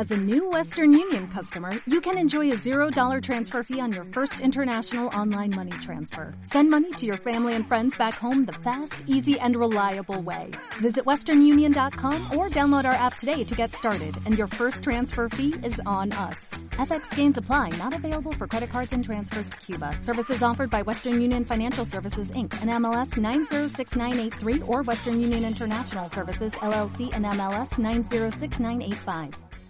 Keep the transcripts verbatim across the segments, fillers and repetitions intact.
As a new Western Union customer, you can enjoy a zero dollar transfer fee on your first international online money transfer. Send money to your family and friends back home the fast, easy, and reliable way. Visit western union dot com or download our app today to get started, and your first transfer fee is on us. F X gains apply, not available for credit cards and transfers to Cuba. Services offered by Western Union Financial Services, Incorporated, and M L S nine zero six nine eight three or Western Union International Services, L L C, and M L S nine zero six nine eight five.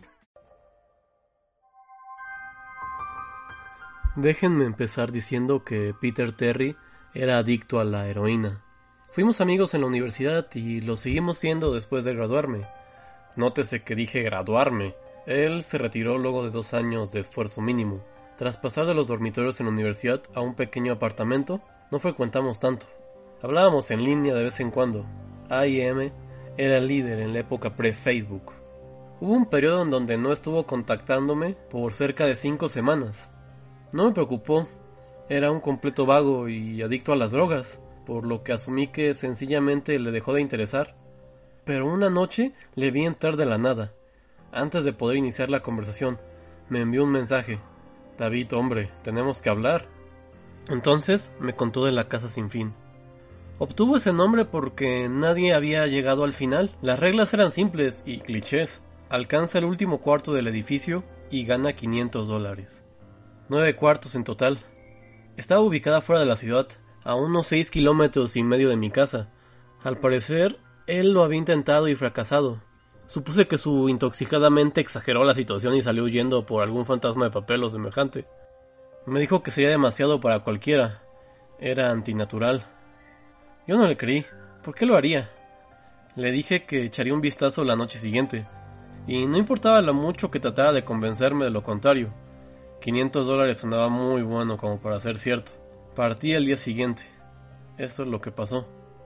Déjenme empezar diciendo que Peter Terry era adicto a la heroína. Fuimos amigos en la universidad y lo seguimos siendo después de graduarme. Nótese que dije graduarme. Él se retiró luego de dos años de esfuerzo mínimo. Tras pasar de los dormitorios en la universidad a un pequeño apartamento, no frecuentamos tanto. Hablábamos en línea de vez en cuando. A I M era el líder en la época pre-Facebook. Hubo un periodo en donde no estuvo contactándome por cerca de cinco semanas. No me preocupó, era un completo vago y adicto a las drogas, por lo que asumí que sencillamente le dejó de interesar. Pero una noche le vi entrar de la nada. Antes de poder iniciar la conversación, me envió un mensaje. David, hombre, tenemos que hablar. Entonces me contó de la casa sin fin. Obtuvo ese nombre porque nadie había llegado al final. Las reglas eran simples y clichés. Alcanza el último cuarto del edificio y gana quinientos dólares. Nueve cuartos en total. Estaba ubicada fuera de la ciudad, a unos seis kilómetros y medio de mi casa. Al parecer, él lo había intentado y fracasado. Supuse que su intoxicada mente exageró la situación y salió huyendo por algún fantasma de papel o semejante. Me dijo que sería demasiado para cualquiera. Era antinatural. Yo no le creí. ¿Por qué lo haría? Le dije que echaría un vistazo la noche siguiente, y no importaba lo mucho que tratara de convencerme de lo contrario. quinientos dólares sonaba muy bueno como para ser cierto. Partí el día siguiente. Eso es lo que pasó.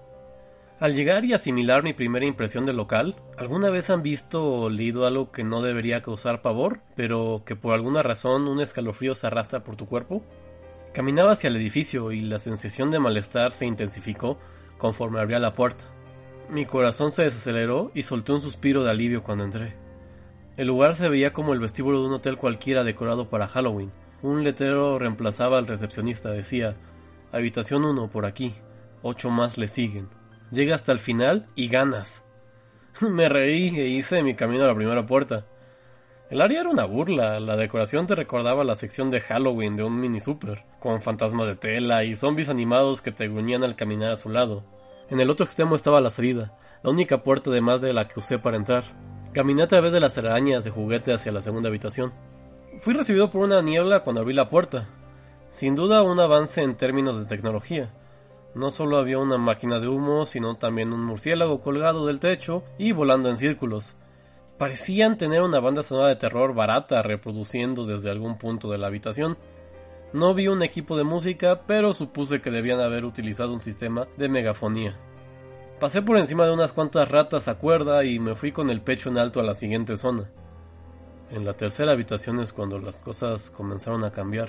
Al llegar y asimilar mi primera impresión del local, ¿alguna vez han visto o leído algo que no debería causar pavor, pero que por alguna razón un escalofrío se arrastra por tu cuerpo? Caminaba hacia el edificio y la sensación de malestar se intensificó conforme abría la puerta. Mi corazón se desaceleró y solté un suspiro de alivio cuando entré. El lugar se veía como el vestíbulo de un hotel cualquiera decorado para Halloween. Un letrero reemplazaba al recepcionista, decía: habitación uno por aquí, ocho más le siguen. Llega hasta el final y ganas. Me reí e hice mi camino a la primera puerta. El área era una burla, la decoración te recordaba la sección de Halloween de un mini super, con fantasmas de tela y zombies animados que te gruñían al caminar a su lado. En el otro extremo estaba la salida, la única puerta además de la que usé para entrar. Caminé a través de las arañas de juguete hacia la segunda habitación. Fui recibido por una niebla cuando abrí la puerta. Sin duda un avance en términos de tecnología. No solo había una máquina de humo, sino también un murciélago colgado del techo y volando en círculos. Parecían tener una banda sonora de terror barata reproduciendo desde algún punto de la habitación. No vi un equipo de música, pero supuse que debían haber utilizado un sistema de megafonía. Pasé por encima de unas cuantas ratas a cuerda y me fui con el pecho en alto a la siguiente zona. En la tercera habitación es cuando las cosas comenzaron a cambiar.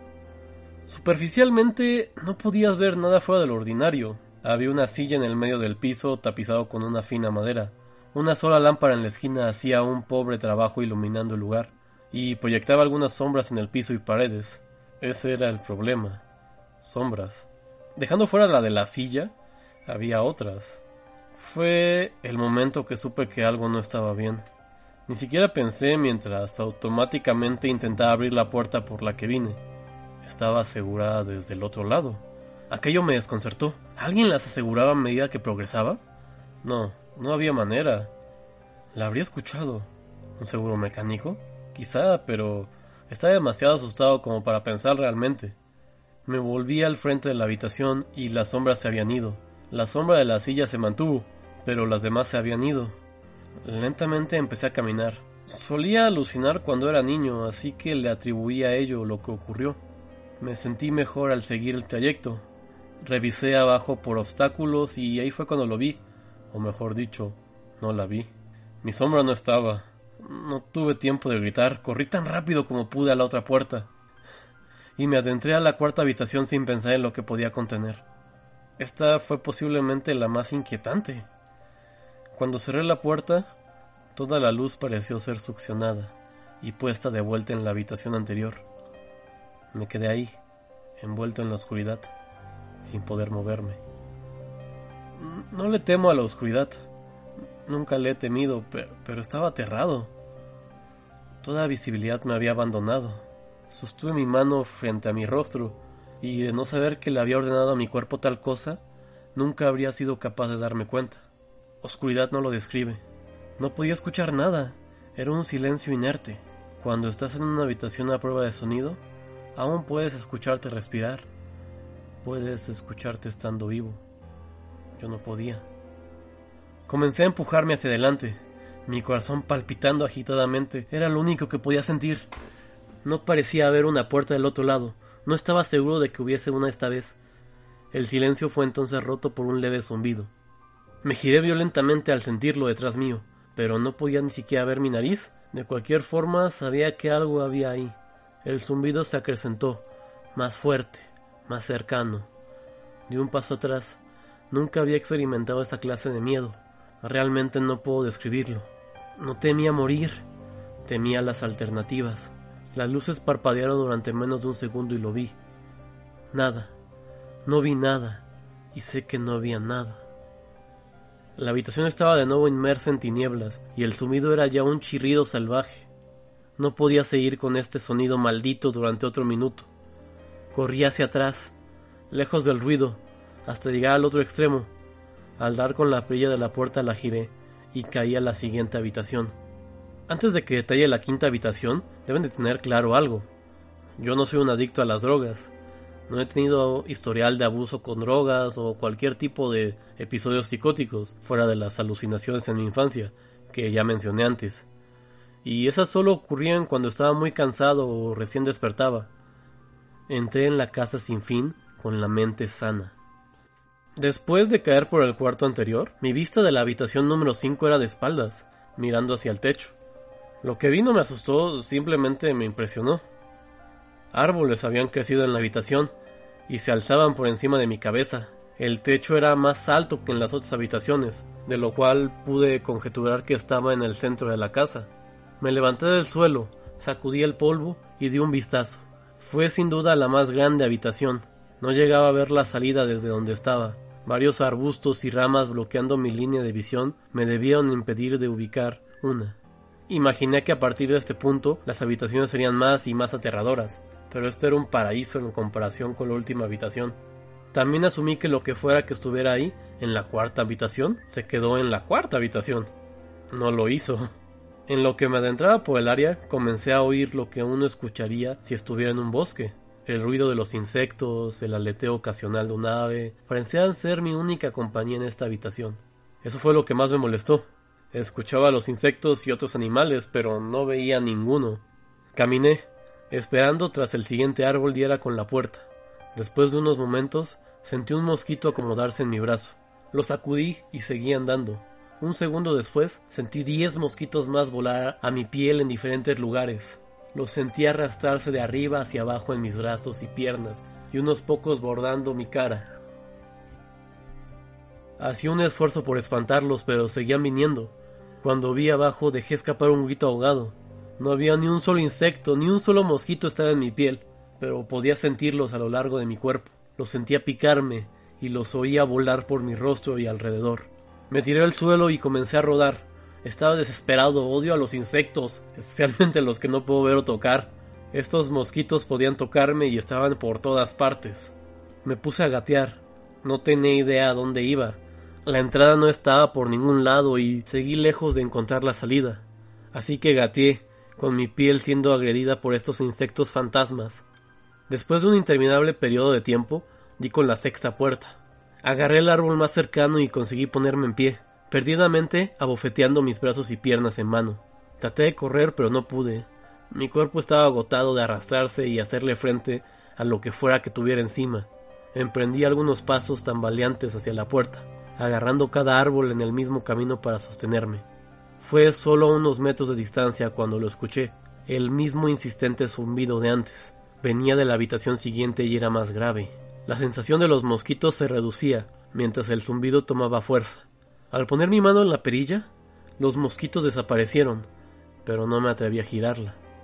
Superficialmente no podías ver nada fuera de lo ordinario. Había una silla en el medio del piso tapizado con una fina madera. Una sola lámpara en la esquina hacía un pobre trabajo iluminando el lugar, y proyectaba algunas sombras en el piso y paredes. Ese era el problema. Sombras. Dejando fuera la de la silla, había otras. Fue el momento que supe que algo no estaba bien. Ni siquiera pensé mientras automáticamente intentaba abrir la puerta por la que vine. Estaba asegurada desde el otro lado. Aquello me desconcertó. ¿Alguien las aseguraba a medida que progresaba? No, no había manera. La habría escuchado. ¿Un seguro mecánico? Quizá, pero estaba demasiado asustado como para pensar realmente. Me volví al frente de la habitación y las sombras se habían ido. La sombra de la silla se mantuvo, pero las demás se habían ido. Lentamente empecé a caminar. Solía alucinar cuando era niño, así que le atribuí a ello lo que ocurrió. Me sentí mejor al seguir el trayecto. Revisé abajo por obstáculos y ahí fue cuando lo vi. O mejor dicho, no la vi. Mi sombra no estaba. No tuve tiempo de gritar. Corrí tan rápido como pude a la otra puerta. Y me adentré a la cuarta habitación sin pensar en lo que podía contener. Esta fue posiblemente la más inquietante. Cuando cerré la puerta, toda la luz pareció ser succionada. y puesta de vuelta en la habitación anterior. Me quedé ahí, envuelto en la oscuridad, sin poder moverme. No le temo a la oscuridad. Nunca le he temido, pero, pero estaba aterrado. Toda visibilidad me había abandonado. Sostuve mi mano frente a mi rostro, y de no saber que le había ordenado a mi cuerpo tal cosa, nunca habría sido capaz de darme cuenta. Oscuridad no lo describe. No podía escuchar nada. Era un silencio inerte. Cuando estás en una habitación a prueba de sonido, aún puedes escucharte respirar. Puedes escucharte estando vivo. Yo no podía. Comencé a empujarme hacia adelante. Mi corazón palpitando agitadamente. Era lo único que podía sentir. No parecía haber una puerta del otro lado. No estaba seguro de que hubiese una esta vez. El silencio fue entonces roto por un leve zumbido. Me giré violentamente al sentirlo detrás mío, pero no podía ni siquiera ver mi nariz. De cualquier forma, sabía que algo había ahí. El zumbido se acrecentó, más fuerte, más cercano. Di un paso atrás. Nunca había experimentado esa clase de miedo. Realmente no puedo describirlo. No temía morir, temía las alternativas. Las luces parpadearon durante menos de un segundo y lo vi. Nada. No vi nada, y sé que no había nada. La habitación estaba de nuevo inmersa en tinieblas, y el zumbido era ya un chirrido salvaje. No podía seguir con este sonido maldito durante otro minuto. Corrí hacia atrás, lejos del ruido, hasta llegar al otro extremo. Al dar con la perilla de la puerta la giré, y caí a la siguiente habitación. Antes de que detalle la quinta habitación, deben de tener claro algo. Yo no soy un adicto a las drogas. No he tenido historial de abuso con drogas o cualquier tipo de episodios psicóticos, fuera de las alucinaciones en mi infancia, que ya mencioné antes. Y esas solo ocurrían cuando estaba muy cansado o recién despertaba. Entré en la casa sin fin, con la mente sana. Después de caer por el cuarto anterior, mi vista de la habitación número cinco era de espaldas, mirando hacia el techo. Lo que vi no me asustó, simplemente me impresionó. Árboles habían crecido en la habitación y se alzaban por encima de mi cabeza. El techo era más alto que en las otras habitaciones, de lo cual pude conjeturar que estaba en el centro de la casa. Me levanté del suelo, sacudí el polvo y di un vistazo. Fue sin duda la más grande habitación. No llegaba a ver la salida desde donde estaba. Varios arbustos y ramas bloqueando mi línea de visión me debieron impedir de ubicar una. Imaginé que a partir de este punto las habitaciones serían más y más aterradoras, pero este era un paraíso en comparación con la última habitación. También asumí que lo que fuera que estuviera ahí, en la cuarta habitación, se quedó en la cuarta habitación. No lo hizo. En lo que me adentraba por el área, comencé a oír lo que uno escucharía si estuviera en un bosque. El ruido de los insectos, el aleteo ocasional de un ave, parecían ser mi única compañía en esta habitación. Eso fue lo que más me molestó. Escuchaba a los insectos y otros animales, pero no veía ninguno. Caminé, esperando tras el siguiente árbol diera con la puerta. Después de unos momentos, sentí un mosquito acomodarse en mi brazo. Lo sacudí y seguí andando. Un segundo después, sentí diez mosquitos más volar a mi piel en diferentes lugares. Los sentí arrastrarse de arriba hacia abajo en mis brazos y piernas, y unos pocos bordando mi cara. Hacía un esfuerzo por espantarlos, pero seguían viniendo. Cuando vi abajo, dejé escapar un grito ahogado. No había ni un solo insecto, ni un solo mosquito estaba en mi piel, pero podía sentirlos a lo largo de mi cuerpo. Los sentía picarme, y los oía volar por mi rostro y alrededor. Me tiré al suelo y comencé a rodar. Estaba desesperado, odio a los insectos, especialmente los que no puedo ver o tocar. Estos mosquitos podían tocarme y estaban por todas partes. Me puse a gatear. No tenía idea a dónde iba. La entrada no estaba por ningún lado y seguí lejos de encontrar la salida. Así que gateé, con mi piel siendo agredida por estos insectos fantasmas. Después de un interminable periodo de tiempo, di con la sexta puerta. Agarré el árbol más cercano y conseguí ponerme en pie, perdidamente abofeteando mis brazos y piernas en mano. Traté de correr, pero no pude. Mi cuerpo estaba agotado de arrastrarse y hacerle frente a lo que fuera que tuviera encima. Emprendí algunos pasos tambaleantes hacia la puerta, agarrando cada árbol en el mismo camino para sostenerme. Fue solo a unos metros de distancia cuando lo escuché, el mismo insistente zumbido de antes. Venía de la habitación siguiente y era más grave. La sensación de los mosquitos se reducía, mientras el zumbido tomaba fuerza. Al poner mi mano en la perilla, los mosquitos desaparecieron, pero no me atreví a girarla.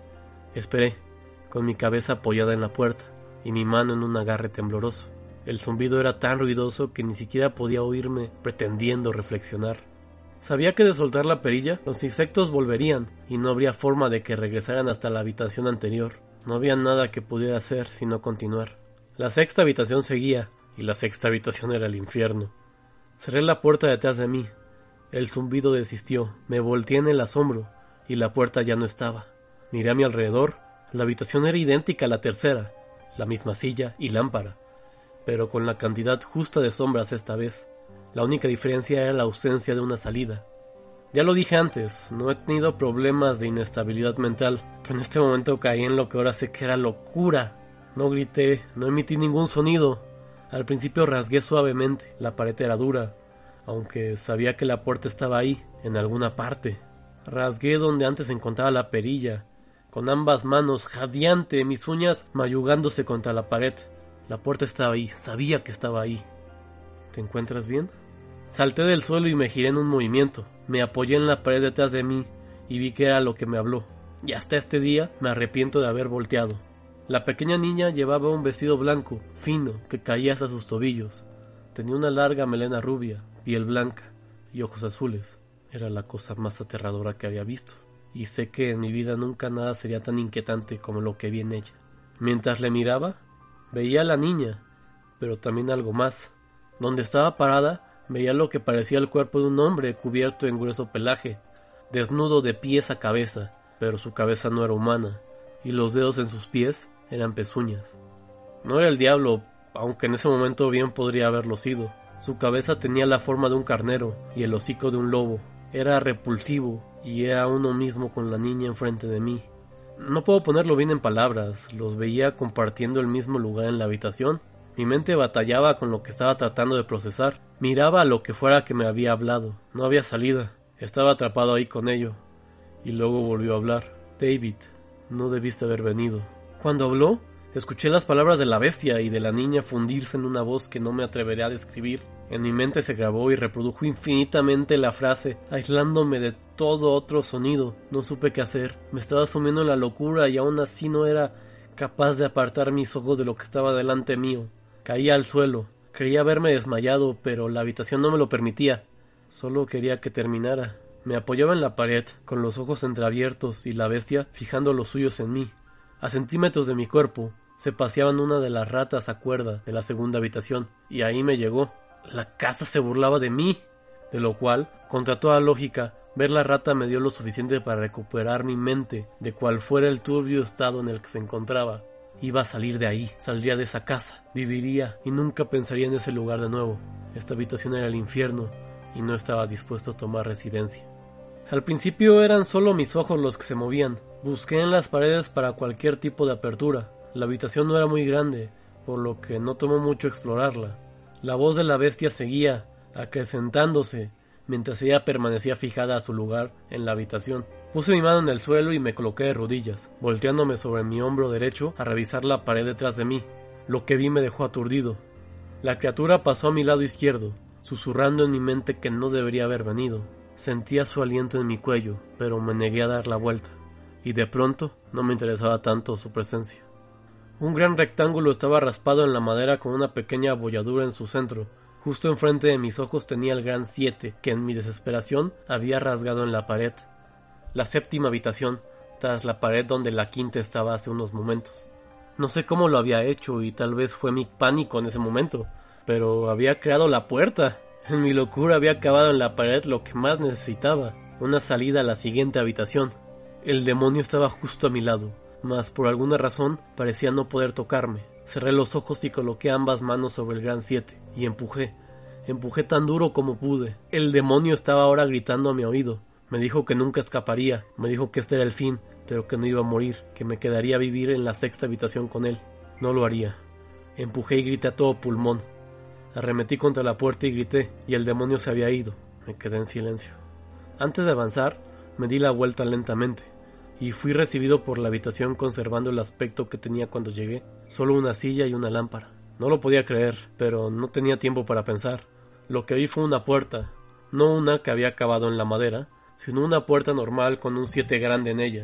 Esperé, con mi cabeza apoyada en la puerta y mi mano en un agarre tembloroso. El zumbido era tan ruidoso que ni siquiera podía oírme pretendiendo reflexionar. Sabía que de soltar la perilla, los insectos volverían y no habría forma de que regresaran hasta la habitación anterior. No había nada que pudiera hacer sino continuar. La sexta habitación seguía, y la sexta habitación era el infierno. Cerré la puerta detrás de mí. El zumbido desistió, me volteé en el asombro, y la puerta ya no estaba. Miré a mi alrededor, la habitación era idéntica a la tercera, la misma silla y lámpara, pero con la cantidad justa de sombras esta vez. La única diferencia era la ausencia de una salida. Ya lo dije antes, no he tenido problemas de inestabilidad mental, pero en este momento caí en lo que ahora sé que era locura. No grité, no emití ningún sonido. Al principio rasgué suavemente, la pared era dura, aunque sabía que la puerta estaba ahí, en alguna parte. Rasgué donde antes se encontraba la perilla, con ambas manos, jadeante, mis uñas mayugándose contra la pared. La puerta estaba ahí, sabía que estaba ahí. ¿Te encuentras bien? Salté del suelo y me giré en un movimiento. Me apoyé en la pared detrás de mí y vi que era lo que me habló. Y hasta este día me arrepiento de haber volteado. La pequeña niña llevaba un vestido blanco, fino, que caía hasta sus tobillos. Tenía una larga melena rubia, piel blanca y ojos azules. Era la cosa más aterradora que había visto. Y sé que en mi vida nunca nada sería tan inquietante como lo que vi en ella. Mientras le miraba, veía a la niña, pero también algo más. Donde estaba parada, veía lo que parecía el cuerpo de un hombre cubierto en grueso pelaje, desnudo de pies a cabeza, pero su cabeza no era humana, y los dedos en sus pies eran pezuñas. No era el diablo, aunque en ese momento bien podría haberlo sido. Su cabeza tenía la forma de un carnero y el hocico de un lobo. Era repulsivo y era uno mismo con la niña enfrente de mí. No puedo ponerlo bien en palabras, los veía compartiendo el mismo lugar en la habitación. Mi mente batallaba con lo que estaba tratando de procesar. Miraba a lo que fuera que me había hablado. No había salida. Estaba atrapado ahí con ello. Y luego volvió a hablar. David, no debiste haber venido. Cuando habló, escuché las palabras de la bestia y de la niña fundirse en una voz que no me atreveré a describir. En mi mente se grabó y reprodujo infinitamente la frase, aislándome de todo otro sonido. No supe qué hacer. Me estaba sumiendo en la locura y aún así no era capaz de apartar mis ojos de lo que estaba delante mío. Caí al suelo. Creía haberme desmayado, pero la habitación no me lo permitía. Solo quería que terminara. Me apoyaba en la pared, con los ojos entreabiertos y la bestia fijando los suyos en mí. A centímetros de mi cuerpo se paseaban una de las ratas a cuerda de la segunda habitación, y ahí me llegó. La casa se burlaba de mí, de lo cual, contra toda lógica, ver la rata me dio lo suficiente para recuperar mi mente de cual fuera el turbio estado en el que se encontraba. Iba a salir de ahí, saldría de esa casa, viviría y nunca pensaría en ese lugar de nuevo. Esta habitación era el infierno y no estaba dispuesto a tomar residencia. Al principio eran solo mis ojos los que se movían. Busqué en las paredes para cualquier tipo de apertura. La habitación no era muy grande, por lo que no tomó mucho explorarla. La voz de la bestia seguía, acrecentándose, mientras ella permanecía fijada a su lugar en la habitación. Puse mi mano en el suelo y me coloqué de rodillas, volteándome sobre mi hombro derecho a revisar la pared detrás de mí. Lo que vi me dejó aturdido. La criatura pasó a mi lado izquierdo, susurrando en mi mente que no debería haber venido. Sentía su aliento en mi cuello, pero me negué a dar la vuelta, y de pronto no me interesaba tanto su presencia. Un gran rectángulo estaba raspado en la madera con una pequeña abolladura en su centro. Justo enfrente de mis ojos tenía el gran siete que en mi desesperación había rasgado en la pared. La séptima habitación, tras la pared donde la quinta estaba hace unos momentos. No sé cómo lo había hecho y tal vez fue mi pánico en ese momento, pero había creado la puerta. En mi locura había acabado en la pared lo que más necesitaba, una salida a la siguiente habitación. El demonio estaba justo a mi lado, mas por alguna razón parecía no poder tocarme. Cerré los ojos y coloqué ambas manos sobre el gran siete, y empujé. Empujé tan duro como pude. El demonio estaba ahora gritando a mi oído. Me dijo que nunca escaparía, me dijo que este era el fin, pero que no iba a morir, que me quedaría a vivir en la sexta habitación con él. No lo haría. Empujé y grité a todo pulmón. Arremetí contra la puerta y grité, y el demonio se había ido. Me quedé en silencio. Antes de avanzar, me di la vuelta lentamente, y fui recibido por la habitación conservando el aspecto que tenía cuando llegué, solo una silla y una lámpara. No lo podía creer, pero no tenía tiempo para pensar. Lo que vi fue una puerta, no una que había acabado en la madera, sino una puerta normal con un siete grande en ella.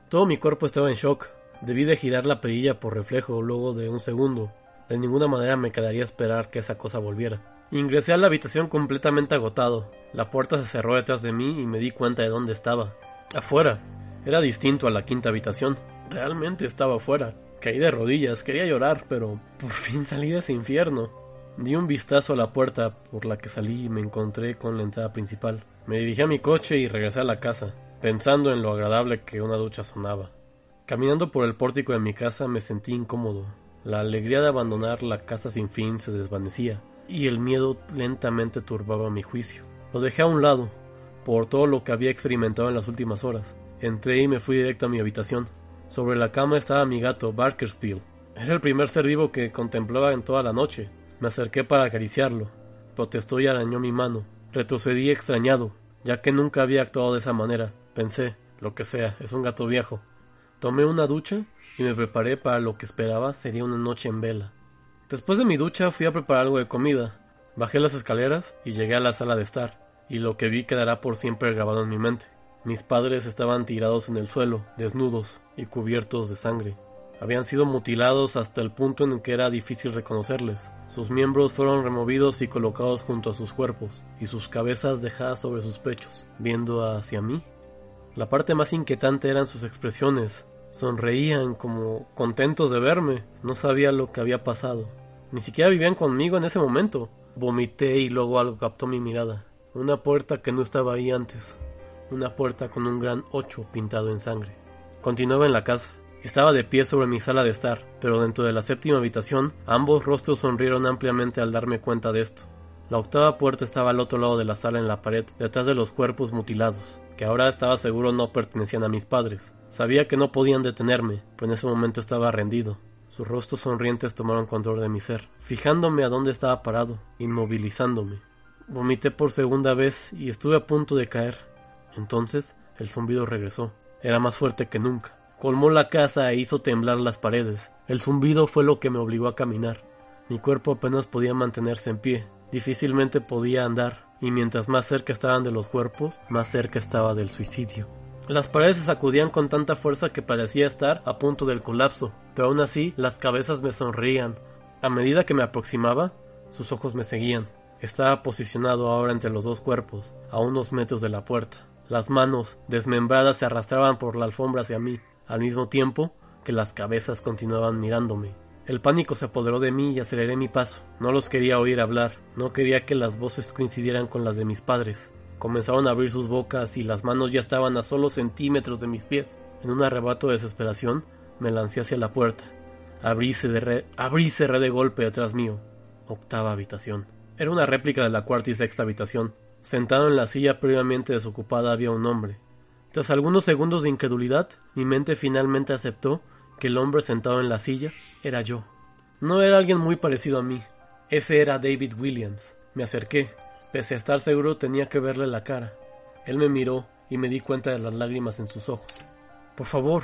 Todo mi cuerpo estaba en shock. Debí de girar la perilla por reflejo luego de un segundo. De ninguna manera me quedaría a esperar que esa cosa volviera. Ingresé a la habitación completamente agotado. La puerta se cerró detrás de mí y me di cuenta de dónde estaba. Afuera. Era distinto a la quinta habitación. Realmente estaba afuera. Caí de rodillas, quería llorar, pero por fin salí de ese infierno. Di un vistazo a la puerta por la que salí y me encontré con la entrada principal. Me dirigí a mi coche y regresé a la casa, pensando en lo agradable que una ducha sonaba. Caminando por el pórtico de mi casa me sentí incómodo. La alegría de abandonar la casa sin fin se desvanecía, y el miedo lentamente turbaba mi juicio. Lo dejé a un lado, por todo lo que había experimentado en las últimas horas. Entré y me fui directo a mi habitación. Sobre la cama estaba mi gato, Barkersville. Era el primer ser vivo que contemplaba en toda la noche. Me acerqué para acariciarlo. Protestó y arañó mi mano. Retrocedí extrañado, ya que nunca había actuado de esa manera. Pensé, lo que sea, es un gato viejo. Tomé una ducha y me preparé para lo que esperaba sería una noche en vela. Después de mi ducha fui a preparar algo de comida. Bajé las escaleras y llegué a la sala de estar, y lo que vi quedará por siempre grabado en mi mente. Mis padres estaban tirados en el suelo, desnudos y cubiertos de sangre. Habían sido mutilados hasta el punto en que era difícil reconocerles. Sus miembros fueron removidos y colocados junto a sus cuerpos, y sus cabezas dejadas sobre sus pechos, viendo hacia mí. La parte más inquietante eran sus expresiones. Sonreían como contentos de verme. No sabía lo que había pasado. Ni siquiera vivían conmigo en ese momento. Vomité y luego algo captó mi mirada. Una puerta que no estaba ahí antes. Una puerta con un gran ocho pintado en sangre. Continuaba en la casa. Estaba de pie sobre mi sala de estar, pero dentro de la séptima habitación, ambos rostros sonrieron ampliamente al darme cuenta de esto. La octava puerta estaba al otro lado de la sala en la pared, detrás de los cuerpos mutilados, que ahora estaba seguro no pertenecían a mis padres. Sabía que no podían detenerme, pero en ese momento estaba rendido. Sus rostros sonrientes tomaron control de mi ser, fijándome a dónde estaba parado, inmovilizándome. Vomité por segunda vez y estuve a punto de caer. Entonces, el zumbido regresó. Era más fuerte que nunca. Colmó la casa e hizo temblar las paredes. El zumbido fue lo que me obligó a caminar. Mi cuerpo apenas podía mantenerse en pie. Difícilmente podía andar, y mientras más cerca estaban de los cuerpos, más cerca estaba del suicidio. Las paredes se sacudían con tanta fuerza que parecía estar a punto del colapso, pero aún así las cabezas me sonreían. A medida que me aproximaba, sus ojos me seguían. Estaba posicionado ahora entre los dos cuerpos, a unos metros de la puerta. Las manos, desmembradas, se arrastraban por la alfombra hacia mí, al mismo tiempo que las cabezas continuaban mirándome. El pánico se apoderó de mí y aceleré mi paso. No los quería oír hablar, no quería que las voces coincidieran con las de mis padres. Comenzaron a abrir sus bocas y las manos ya estaban a solo centímetros de mis pies. En un arrebato de desesperación, me lancé hacia la puerta. Abrí y cerré, abrí y cerré de golpe detrás mío. Octava habitación. Era una réplica de la cuarta y sexta habitación. Sentado en la silla previamente desocupada había un hombre. Tras algunos segundos de incredulidad, mi mente finalmente aceptó que el hombre sentado en la silla era yo. No era alguien muy parecido a mí. Ese era David Williams. Me acerqué. Pese a estar seguro tenía que verle la cara. Él me miró y me di cuenta de las lágrimas en sus ojos. Por favor,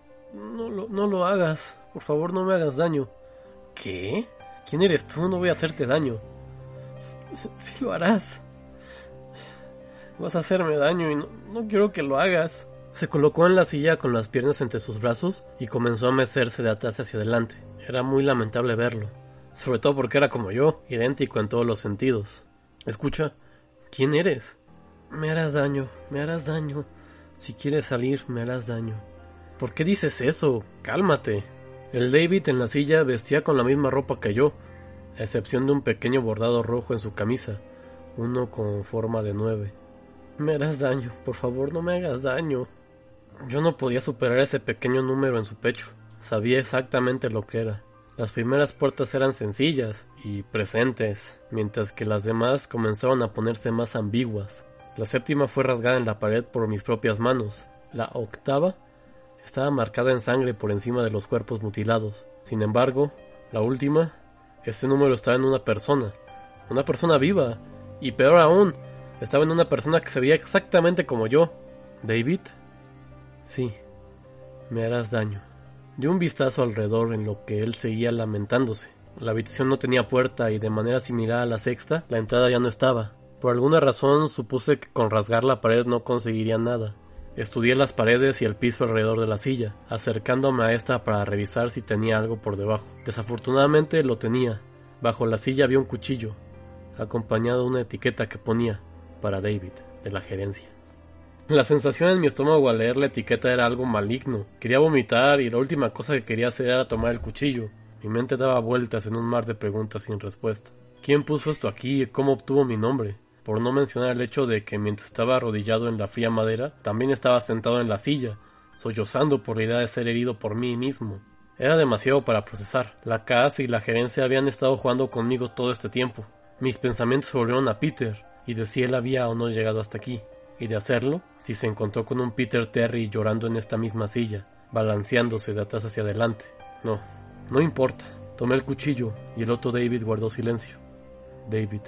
no lo, no lo hagas. Por favor, no me hagas daño. ¿Qué? ¿Quién eres tú? No voy a hacerte daño. Sí lo harás. Vas a hacerme daño y no, no quiero que lo hagas. Se colocó en la silla con las piernas entre sus brazos y comenzó a mecerse de atrás hacia adelante. Era muy lamentable verlo, sobre todo porque era como yo, idéntico en todos los sentidos. Escucha, ¿quién eres? Me harás daño, me harás daño. Si quieres salir, me harás daño. ¿Por qué dices eso? Cálmate. El David en la silla vestía con la misma ropa que yo, a excepción de un pequeño bordado rojo en su camisa, uno con forma de nueve. Me harás daño, por favor, no me hagas daño. Yo no podía superar ese pequeño número en su pecho. Sabía exactamente lo que era. Las primeras puertas eran sencillas y presentes, mientras que las demás comenzaron a ponerse más ambiguas. La séptima fue rasgada en la pared por mis propias manos. La octava estaba marcada en sangre por encima de los cuerpos mutilados. Sin embargo, la última, este número estaba en una persona. Una persona viva. Y peor aún, estaba en una persona que se veía exactamente como yo. ¿David? Sí, me harás daño. Di un vistazo alrededor en lo que él seguía lamentándose. La habitación no tenía puerta y de manera similar a la sexta, la entrada ya no estaba. Por alguna razón supuse que con rasgar la pared no conseguiría nada. Estudié las paredes y el piso alrededor de la silla, acercándome a esta para revisar si tenía algo por debajo. Desafortunadamente lo tenía. Bajo la silla había un cuchillo, acompañado de una etiqueta que ponía para David, de la gerencia. La sensación en mi estómago al leer la etiqueta era algo maligno. Quería vomitar y la última cosa que quería hacer era tomar el cuchillo. Mi mente daba vueltas en un mar de preguntas sin respuesta. ¿Quién puso esto aquí y cómo obtuvo mi nombre? Por no mencionar el hecho de que mientras estaba arrodillado en la fría madera, también estaba sentado en la silla, sollozando por la idea de ser herido por mí mismo. Era demasiado para procesar. La casa y la gerencia habían estado jugando conmigo todo este tiempo. Mis pensamientos se volvieron a Peter, y de si él había o no llegado hasta aquí. Y de hacerlo, si se encontró con un Peter Terry llorando en esta misma silla, balanceándose de atrás hacia adelante. No, no importa. Tomé el cuchillo y el otro David guardó silencio. David,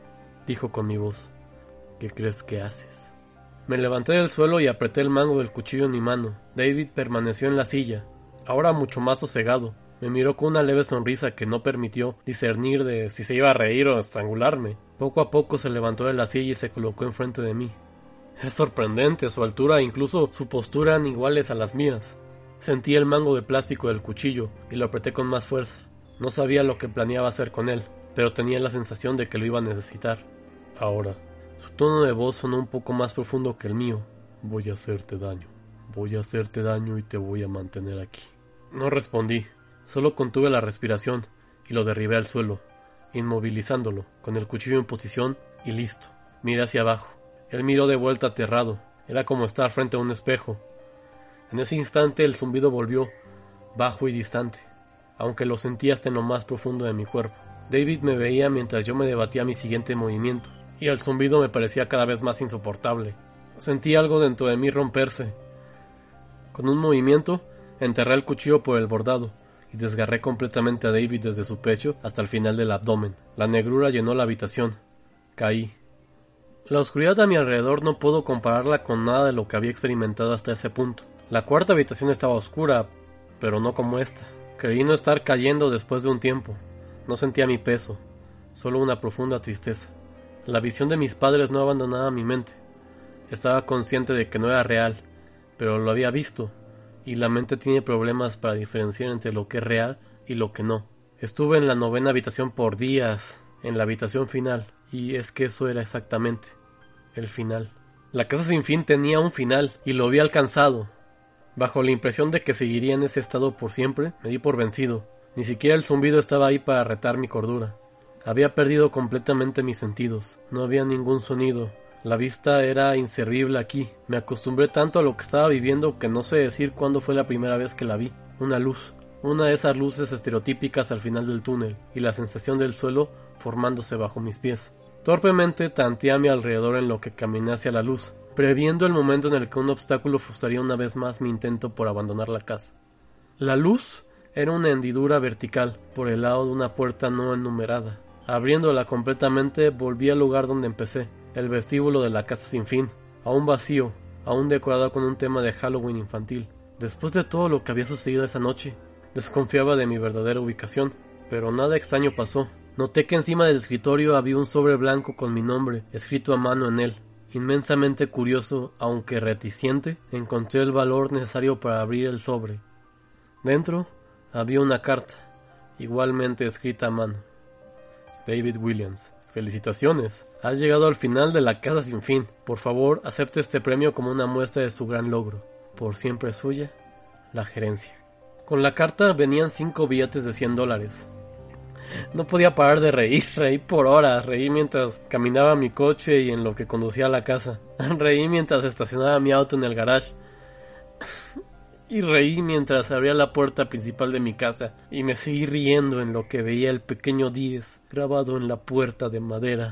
dijo con mi voz, ¿qué crees que haces? Me levanté del suelo y apreté el mango del cuchillo en mi mano. David permaneció en la silla, ahora mucho más sosegado. Me miró con una leve sonrisa que no permitió discernir de si se iba a reír o a estrangularme. Poco a poco se levantó de la silla y se colocó enfrente de mí. Es sorprendente, su altura e incluso su postura eran iguales a las mías. Sentí el mango de plástico del cuchillo y lo apreté con más fuerza. No sabía lo que planeaba hacer con él, pero tenía la sensación de que lo iba a necesitar. Ahora, su tono de voz sonó un poco más profundo que el mío. Voy a hacerte daño. Voy a hacerte daño y te voy a mantener aquí. No respondí. Solo contuve la respiración y lo derribé al suelo, inmovilizándolo, con el cuchillo en posición y listo. Miré hacia abajo. Él miró de vuelta aterrado. Era como estar frente a un espejo. En ese instante el zumbido volvió, bajo y distante, aunque lo sentí hasta en lo más profundo de mi cuerpo. David me veía mientras yo me debatía mi siguiente movimiento, y el zumbido me parecía cada vez más insoportable. Sentí algo dentro de mí romperse. Con un movimiento, enterré el cuchillo por el bordado, y desgarré completamente a David desde su pecho hasta el final del abdomen. La negrura llenó la habitación. Caí. La oscuridad a mi alrededor no puedo compararla con nada de lo que había experimentado hasta ese punto. La cuarta habitación estaba oscura, pero no como esta. Creí no estar cayendo después de un tiempo. No sentía mi peso, solo una profunda tristeza. La visión de mis padres no abandonaba mi mente. Estaba consciente de que no era real, pero lo había visto, y la mente tiene problemas para diferenciar entre lo que es real y lo que no. Estuve en la novena habitación por días, en la habitación final, y es que eso era exactamente el final. La casa sin fin tenía un final, y lo había alcanzado. Bajo la impresión de que seguiría en ese estado por siempre, me di por vencido. Ni siquiera el zumbido estaba ahí para retar mi cordura. Había perdido completamente mis sentidos. No había ningún sonido. La vista era inservible aquí. Me acostumbré tanto a lo que estaba viviendo que no sé decir cuándo fue la primera vez que la vi. Una luz. Una de esas luces estereotípicas al final del túnel, y la sensación del suelo formándose bajo mis pies. Torpemente tanteé a mi alrededor en lo que caminé hacia la luz, previendo el momento en el que un obstáculo frustraría una vez más mi intento por abandonar la casa. La luz era una hendidura vertical por el lado de una puerta no enumerada. Abriéndola completamente, volví al lugar donde empecé, el vestíbulo de la casa sin fin, aún vacío, aún decorado con un tema de Halloween infantil. Después de todo lo que había sucedido esa noche, desconfiaba de mi verdadera ubicación, pero nada extraño pasó. Noté que encima del escritorio había un sobre blanco con mi nombre, escrito a mano en él. Inmensamente curioso, aunque reticente, encontré el valor necesario para abrir el sobre. Dentro había una carta, igualmente escrita a mano. David Williams, felicitaciones. Has llegado al final de la casa sin fin. Por favor, acepte este premio como una muestra de su gran logro. Por siempre suya, la gerencia. Con la carta venían cinco billetes de cien dólares. No podía parar de reír, reí por horas, reí mientras caminaba a mi coche y en lo que conducía a la casa. Reí mientras estacionaba mi auto en el garage. Y reí mientras abría la puerta principal de mi casa, y me seguí riendo en lo que veía el pequeño diez grabado en la puerta de madera.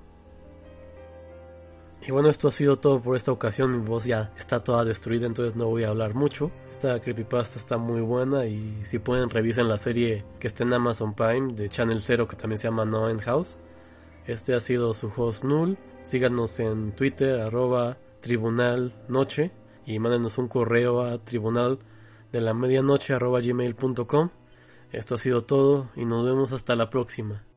Y bueno, esto ha sido todo por esta ocasión. Mi voz ya está toda destruida, entonces no voy a hablar mucho. Esta creepypasta está muy buena, y si pueden revisen la serie que está en Amazon Prime de Channel Zero, que también se llama No End House. Este ha sido su host Null. Síganos en Twitter, arroba Tribunal Noche, y mándenos un correo a tribunal de la medianoche arroba gmail punto com. Esto ha sido todo y nos vemos hasta la próxima.